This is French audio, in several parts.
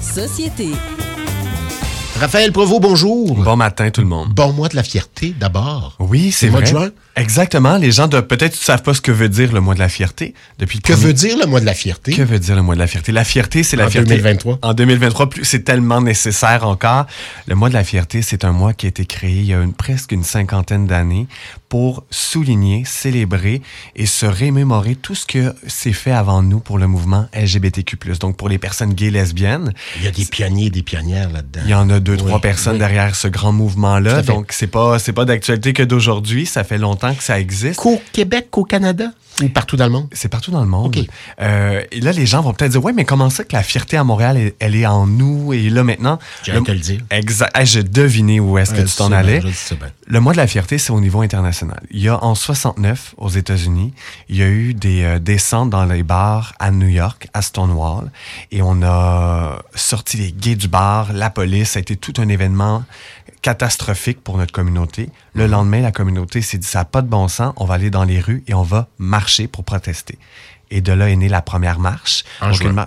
société. Raphaël Provost, bonjour. Bon matin tout le monde. Bon mois de la fierté, d'abord. Oui, c'est le mois vrai. de juin. Exactement. Les gens peut-être ne savent pas ce que veut dire le mois de la fierté. Que veut dire le mois de la fierté? Que veut dire le mois de la fierté? La fierté, c'est la fierté. En 2023. En 2023, c'est tellement nécessaire encore. Le mois de la fierté, c'est un mois qui a été créé il y a presque une cinquantaine d'années pour souligner, célébrer et se remémorer tout ce que s'est fait avant nous pour le mouvement LGBTQ+. Donc, pour les personnes gays, lesbiennes. Il y a des pionniers et des pionnières là-dedans. Il y en a 2-3 personnes derrière ce grand mouvement-là. Donc, c'est pas d'actualité que d'aujourd'hui. Ça fait longtemps que ça existe. Qu'au Québec, qu'au Canada? Ou partout dans le monde? C'est partout dans le monde. Okay. Et là, les gens vont peut-être dire, ouais, mais comment ça que la fierté à Montréal, elle est en nous? Et là, maintenant... J'allais te le dire. Exact. Hey, j'ai deviné où est-ce que tu t'en allais. Le mois de la fierté, c'est au niveau international. Il y a en 69, aux États-Unis, il y a eu des descentes dans les bars à New York, à Stonewall, et on a sorti les gays du bar, la police. Ça a été tout un événement catastrophique pour notre communauté. Le lendemain, la communauté s'est dit, ça n'a pas de bon sens, on va aller dans les rues et on va marcher pour protester. Et de là est née la première marche. En juin.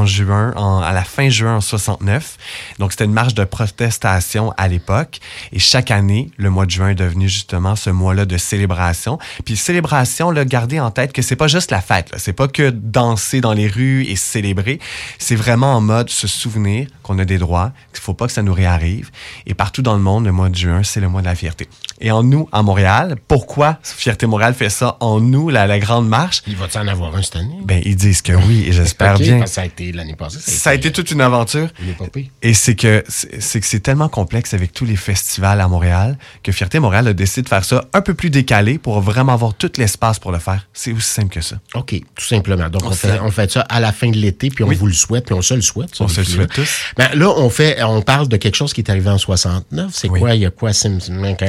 À la fin juin en 69. Donc, c'était une marche de protestation à l'époque. Et chaque année, le mois de juin est devenu justement ce mois-là de célébration. Puis célébration, là, gardez en tête que c'est pas juste la fête. Là. C'est pas que danser dans les rues et célébrer. C'est vraiment en mode se souvenir qu'on a des droits, qu'il faut pas que ça nous réarrive. Et partout dans le monde, le mois de juin, c'est le mois de la fierté. Et en nous, à Montréal, pourquoi Fierté Montréal fait ça en nous, la grande marche? Il va-t-il en avoir un cette année? Ben, ils disent que oui, et j'espère bien. Parce que ça a été l'année passée. Ça a été toute une aventure. Une épopée. Et c'est que c'est tellement complexe avec tous les festivals à Montréal que Fierté Montréal a décidé de faire ça un peu plus décalé pour vraiment avoir tout l'espace pour le faire. C'est aussi simple que ça. OK, tout simplement. Donc, on fait ça à la fin de l'été, puis on vous le souhaite, puis on se le souhaite. Ça, on se le souhaite tous. Ben, là, on parle de quelque chose qui est arrivé en 69. C'est quoi? Il y a quoi? 50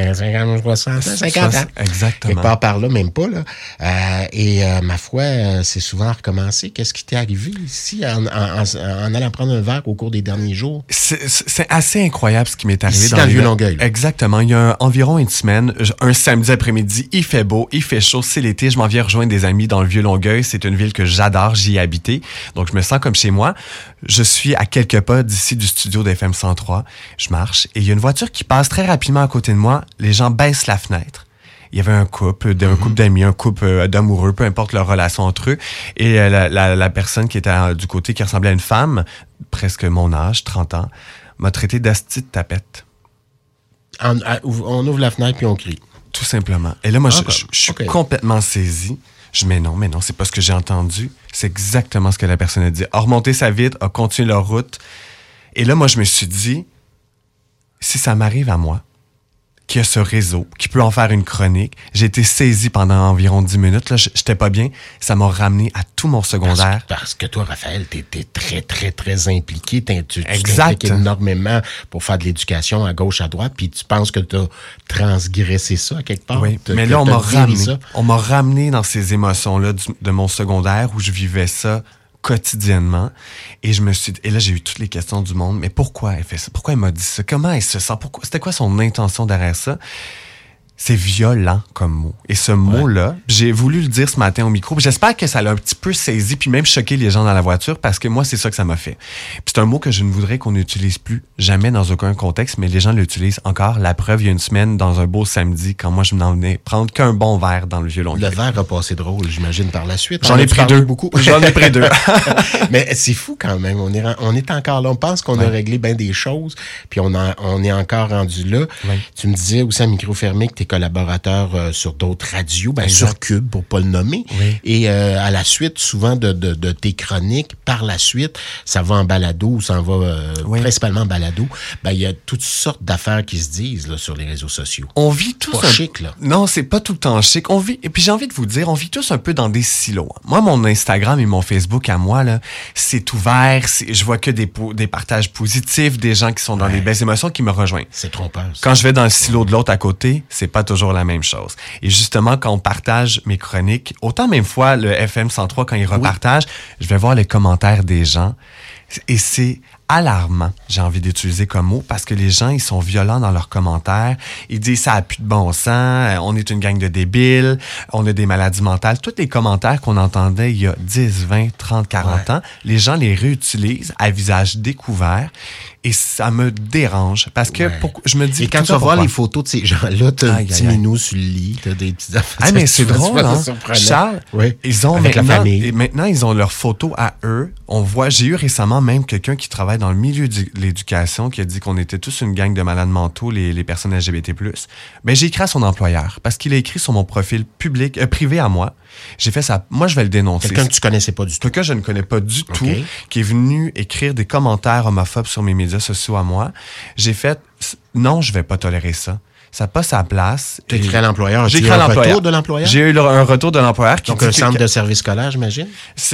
ans? Exactement. Quelque part par là, même pas. Là. Ma foi, c'est souvent recommencé. Qu'est-ce qui t'est arrivé ici en allant prendre un verre au cours des derniers jours? C'est assez incroyable ce qui m'est arrivé. Ici, dans le Vieux-Longueuil. Exactement. Il y a environ une semaine, un samedi après-midi, il fait beau, il fait chaud, c'est l'été. Je m'en viens rejoindre des amis dans le Vieux-Longueuil. C'est une ville que j'adore, j'y ai habité. Donc, je me sens comme chez moi. Je suis à quelques pas d'ici du studio d'FM 103. Je marche et il y a une voiture qui passe très rapidement à côté de moi. Les gens baissent la fenêtre. Il y avait un couple d'amis, un couple d'amoureux, peu importe leur relation entre eux. Et la personne qui était du côté, qui ressemblait à une femme, presque mon âge, 30 ans, m'a traité d'asti de tapette. On ouvre la fenêtre puis on crie. Tout simplement. Et là, moi, je suis complètement saisi. Je dis, mais non, c'est pas ce que j'ai entendu. C'est exactement ce que la personne a dit. A remonté sa vitre, a continué leur route. Et là, moi, je me suis dit, si ça m'arrive à moi, qui a ce réseau, qui peut en faire une chronique. J'ai été saisi pendant environ 10 minutes. Là, j'étais pas bien. Ça m'a ramené à tout mon secondaire. Parce que toi, Raphaël, t'es très, très, très impliqué. Tu t'impliques énormément pour faire de l'éducation à gauche, à droite, puis tu penses que t'as transgressé ça à quelque part. Oui, mais là, on m'a ramené dans ces émotions-là de mon secondaire où je vivais ça quotidiennement. Et là, j'ai eu toutes les questions du monde. Mais pourquoi elle fait ça? Pourquoi elle m'a dit ça? Comment elle se sent? C'était quoi son intention derrière ça? C'est violent comme mot. Et ce mot-là, j'ai voulu le dire ce matin au micro. J'espère que ça l'a un petit peu saisi puis même choqué les gens dans la voiture parce que moi, c'est ça que ça m'a fait. Puis c'est un mot que je ne voudrais qu'on n'utilise plus jamais dans aucun contexte, mais les gens l'utilisent encore. La preuve, il y a une semaine, dans un beau samedi, quand moi, je m'en venais prendre qu'un bon verre dans le Vieux-Longueuil. Le verre a passé drôle, j'imagine, par la suite. J'en ai pris deux. J'en ai pris deux. Mais c'est fou quand même. On est encore là. On pense qu'on a réglé bien des choses, puis on est encore rendu là. Oui. Tu me disais aussi à micro fermé que t'es collaborateur sur d'autres radios, sur Cube, pour pas le nommer. Oui. Et à la suite, souvent de tes chroniques, par la suite, ça va en balado ou ça en va principalement en balado. Il y a toutes sortes d'affaires qui se disent là, sur les réseaux sociaux. On vit tous pas chic, là. Non, c'est pas tout le temps chic. Et puis j'ai envie de vous dire, on vit tous un peu dans des silos. Moi, mon Instagram et mon Facebook à moi, là, c'est ouvert. Je vois que des partages positifs, des gens qui sont dans les belles émotions qui me rejoignent. C'est trompeur. Ça. Quand je vais dans le silo de l'autre à côté, c'est pas toujours la même chose. Et justement, quand on partage mes chroniques, autant même fois, le FM 103, quand il repartage, je vais voir les commentaires des gens. Et c'est alarmant, j'ai envie d'utiliser comme mot, parce que les gens, ils sont violents dans leurs commentaires. Ils disent ça a plus de bon sens, on est une gang de débiles, on a des maladies mentales. Tous les commentaires qu'on entendait il y a 10, 20, 30, 40 ans, les gens les réutilisent à visage découvert. Et ça me dérange parce que je me dis... Et quand tu vas voir les photos de ces gens-là, t'as un petit minou sur le lit, t'as des petites affaires... Ah, mais c'est drôle, hein? Charles, ils ont avec la famille. Et maintenant, ils ont leurs photos à eux. On voit... J'ai eu récemment même quelqu'un qui travaille dans le milieu de l'éducation qui a dit qu'on était tous une gang de malades mentaux, les personnes LGBT+. Ben, j'ai écrit à son employeur parce qu'il a écrit sur mon profil privé à moi. J'ai fait ça. Moi, je vais le dénoncer. Quelqu'un que tu connaissais pas du tout. Quelqu'un que je ne connais pas du tout, qui est venu écrire des commentaires homophobes sur mes médias sociaux à moi. J'ai fait, non, je vais pas tolérer ça. Ça n'a pas sa place. Tu as écrit à l'employeur. J'ai écrit à l'employeur. Retour de l'employeur? J'ai eu un retour de l'employeur. Donc, un centre de service scolaire, j'imagine?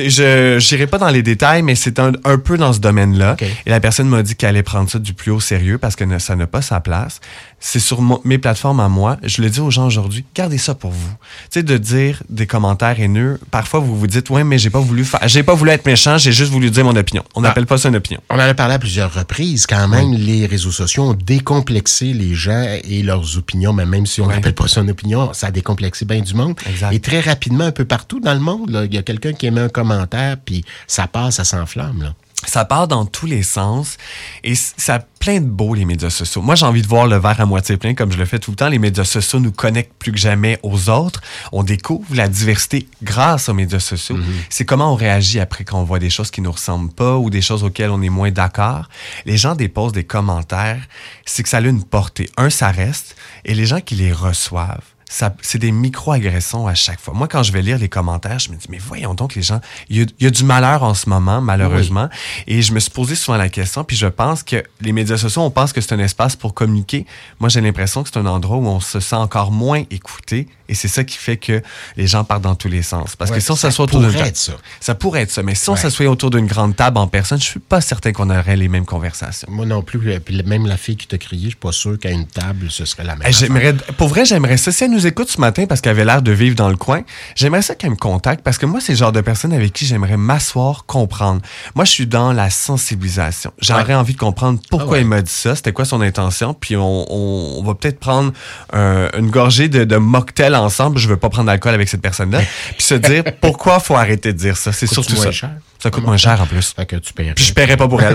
Je n'irai pas dans les détails, mais c'est un peu dans ce domaine-là. Et la personne m'a dit qu'elle allait prendre ça du plus haut sérieux parce que ça n'a pas sa place. C'est sur mes plateformes à moi. Je le dis aux gens aujourd'hui, gardez ça pour vous. Tu sais, de dire des commentaires haineux, parfois vous vous dites, ouais, mais j'ai pas voulu être méchant, j'ai juste voulu dire mon opinion. On n'appelle pas ça une opinion. On en a parlé à plusieurs reprises. Quand même, les réseaux sociaux ont décomplexé les gens et leurs opinions, mais même si on n'appelle pas ça une opinion, ça a décomplexé bien du monde. Exact. Et très rapidement, un peu partout dans le monde, là, il y a quelqu'un qui émet un commentaire, puis ça passe, ça s'enflamme, là. Ça part dans tous les sens et ça a plein de beau, les médias sociaux. Moi, j'ai envie de voir le verre à moitié plein comme je le fais tout le temps. Les médias sociaux nous connectent plus que jamais aux autres. On découvre la diversité grâce aux médias sociaux. C'est comment on réagit après quand on voit des choses qui nous ressemblent pas ou des choses auxquelles on est moins d'accord. Les gens déposent des commentaires. C'est que ça a une portée. Ça reste. Et les gens qui les reçoivent, c'est des micro-agressions à chaque fois. Moi, quand je vais lire les commentaires, je me dis, mais voyons donc les gens, il y a du malheur en ce moment, malheureusement. Et je me suis posé souvent la question, puis je pense que les médias sociaux, on pense que c'est un espace pour communiquer. Moi, j'ai l'impression que c'est un endroit où on se sent encore moins écouté. Et c'est ça qui fait que les gens partent dans tous les sens. Parce que si on s'assoit autour d'une table... Ça pourrait être ça. Mais si on s'assoit autour d'une grande table en personne, je suis pas certain qu'on aurait les mêmes conversations. Moi non plus. Puis même la fille qui t'a crié, je suis pas sûr qu'à une table, ce serait la même Pour vrai, j'aimerais ça. Si elle nous écoute ce matin parce qu'elle avait l'air de vivre dans le coin, j'aimerais ça qu'elle me contacte parce que moi, c'est le genre de personne avec qui j'aimerais m'asseoir, comprendre. Moi, je suis dans la sensibilisation. J'aurais envie de comprendre pourquoi il m'a dit ça, c'était quoi son intention, puis on va peut-être prendre une gorgée de mocktail ensemble. Je veux pas prendre d'alcool avec cette personne-là. Puis se dire pourquoi faut arrêter de dire ça. C'est surtout ça. Cher? Ça coûte moins cher en plus. Fait que tu paierais. Puis je paierais pas pour elle.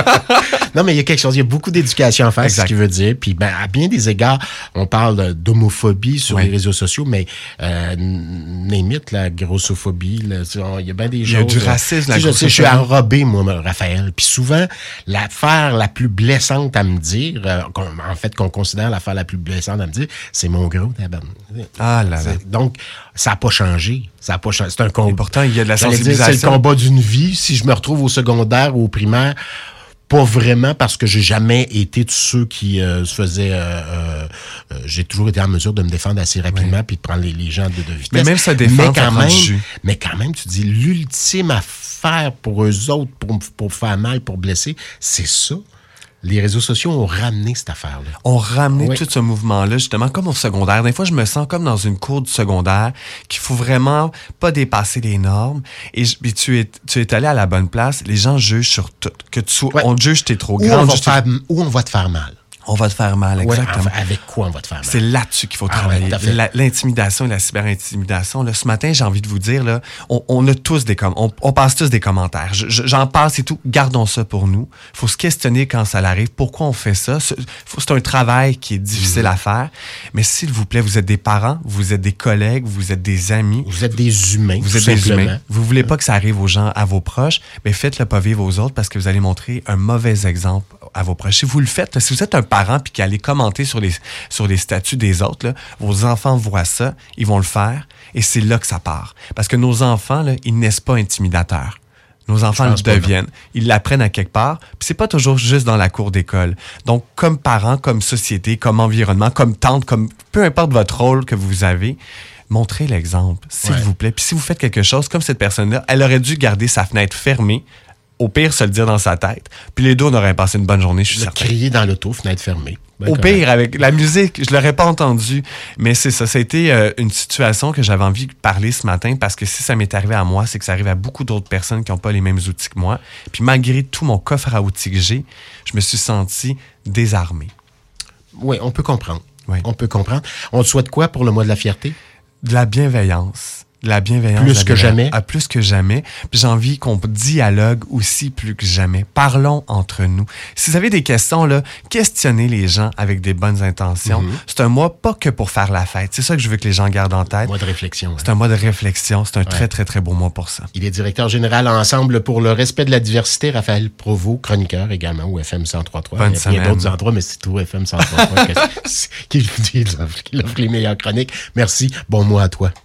Non, mais il y a quelque chose. Il y a beaucoup d'éducation à faire, c'est ce qu'il veut dire. Puis à bien des égards, on parle d'homophobie sur les réseaux sociaux, mais némite, la grossophobie, il y a bien des choses. Il y a du racisme, la grossophobie. Je suis enrobé, moi, Raphaël. Puis souvent, l'affaire la plus blessante à me dire, en fait, qu'on considère l'affaire la plus blessante à me dire, c'est mon gros tabarnak. Ah là là. Donc, ça n'a pas changé. Ça n'a pas changé. C'est un combat. Et pourtant, il y a de la sensibilisation. C'est le combat d'une vie. Si je me retrouve au secondaire ou au primaire, pas vraiment parce que j'ai jamais été de ceux qui se faisaient... j'ai toujours été en mesure de me défendre assez rapidement puis de prendre les gens de vitesse. Mais même ça défend, mais quand même, tu dis, l'ultime affaire pour eux autres, pour faire mal, pour blesser, c'est ça. Les réseaux sociaux ont ramené cette affaire-là. Ont ramené tout ce mouvement-là, justement, comme au secondaire. Des fois, je me sens comme dans une cour du secondaire qu'il faut vraiment pas dépasser les normes. Et puis tu es allé à la bonne place. Les gens jugent sur tout. On te juge, t'es trop grand. Ou on va te faire mal. On va te faire mal, exactement. Avec quoi on va te faire mal? C'est là-dessus qu'il faut travailler. L'intimidation et la cyber-intimidation. Là, ce matin, j'ai envie de vous dire, là, on a tous on passe tous des commentaires. J'en passe et tout. Gardons ça pour nous. Il faut se questionner quand ça arrive. Pourquoi on fait ça? C'est un travail qui est difficile à faire. Mais s'il vous plaît, vous êtes des parents, vous êtes des collègues, vous êtes des amis. Vous êtes des humains. Vous êtes des humains. Vous voulez pas que ça arrive aux gens, à vos proches, mais faites-le pas vivre aux autres parce que vous allez montrer un mauvais exemple à vos proches. Si vous le faites, si vous êtes un parent puis qui allez commenter sur les statuts des autres, là, vos enfants voient ça, ils vont le faire et c'est là que ça part. Parce que nos enfants, là, ils naissent pas intimidateurs. Nos enfants le deviennent. Ils l'apprennent à quelque part. Puis c'est pas toujours juste dans la cour d'école. Donc, comme parents, comme société, comme environnement, comme tante, comme peu importe votre rôle que vous avez, montrez l'exemple, s'il vous plaît. Puis si vous faites quelque chose comme cette personne-là, elle aurait dû garder sa fenêtre fermée au pire, se le dire dans sa tête. Puis les deux, on aurait passé une bonne journée, je suis certain. Crier dans l'auto, fenêtre fermée. Au pire, avec la musique, je l'aurais pas entendu. Mais c'est ça. Ça a été une situation que j'avais envie de parler ce matin parce que si ça m'est arrivé à moi, c'est que ça arrive à beaucoup d'autres personnes qui n'ont pas les mêmes outils que moi. Puis malgré tout mon coffre à outils que j'ai, je me suis senti désarmé. Oui, on peut comprendre. Oui. On peut comprendre. On te souhaite quoi pour le mois de la fierté? De la bienveillance. La bienveillance. Plus que jamais. Plus que jamais. Puis j'ai envie qu'on dialogue aussi plus que jamais. Parlons entre nous. Si vous avez des questions, là, questionnez les gens avec des bonnes intentions. C'est un mois pas que pour faire la fête. C'est ça que je veux que les gens gardent en tête. Un mois de réflexion. C'est un mois de réflexion. C'est un très, très, très beau mois pour ça. Il est directeur général Ensemble pour le respect de la diversité. Raphaël Provost, chroniqueur également au FM 103.3. Bonne semaine. Il y a d'autres endroits, mais c'est tout FM 103.3 qui offre les meilleures chroniques. Merci. Bon mois à toi.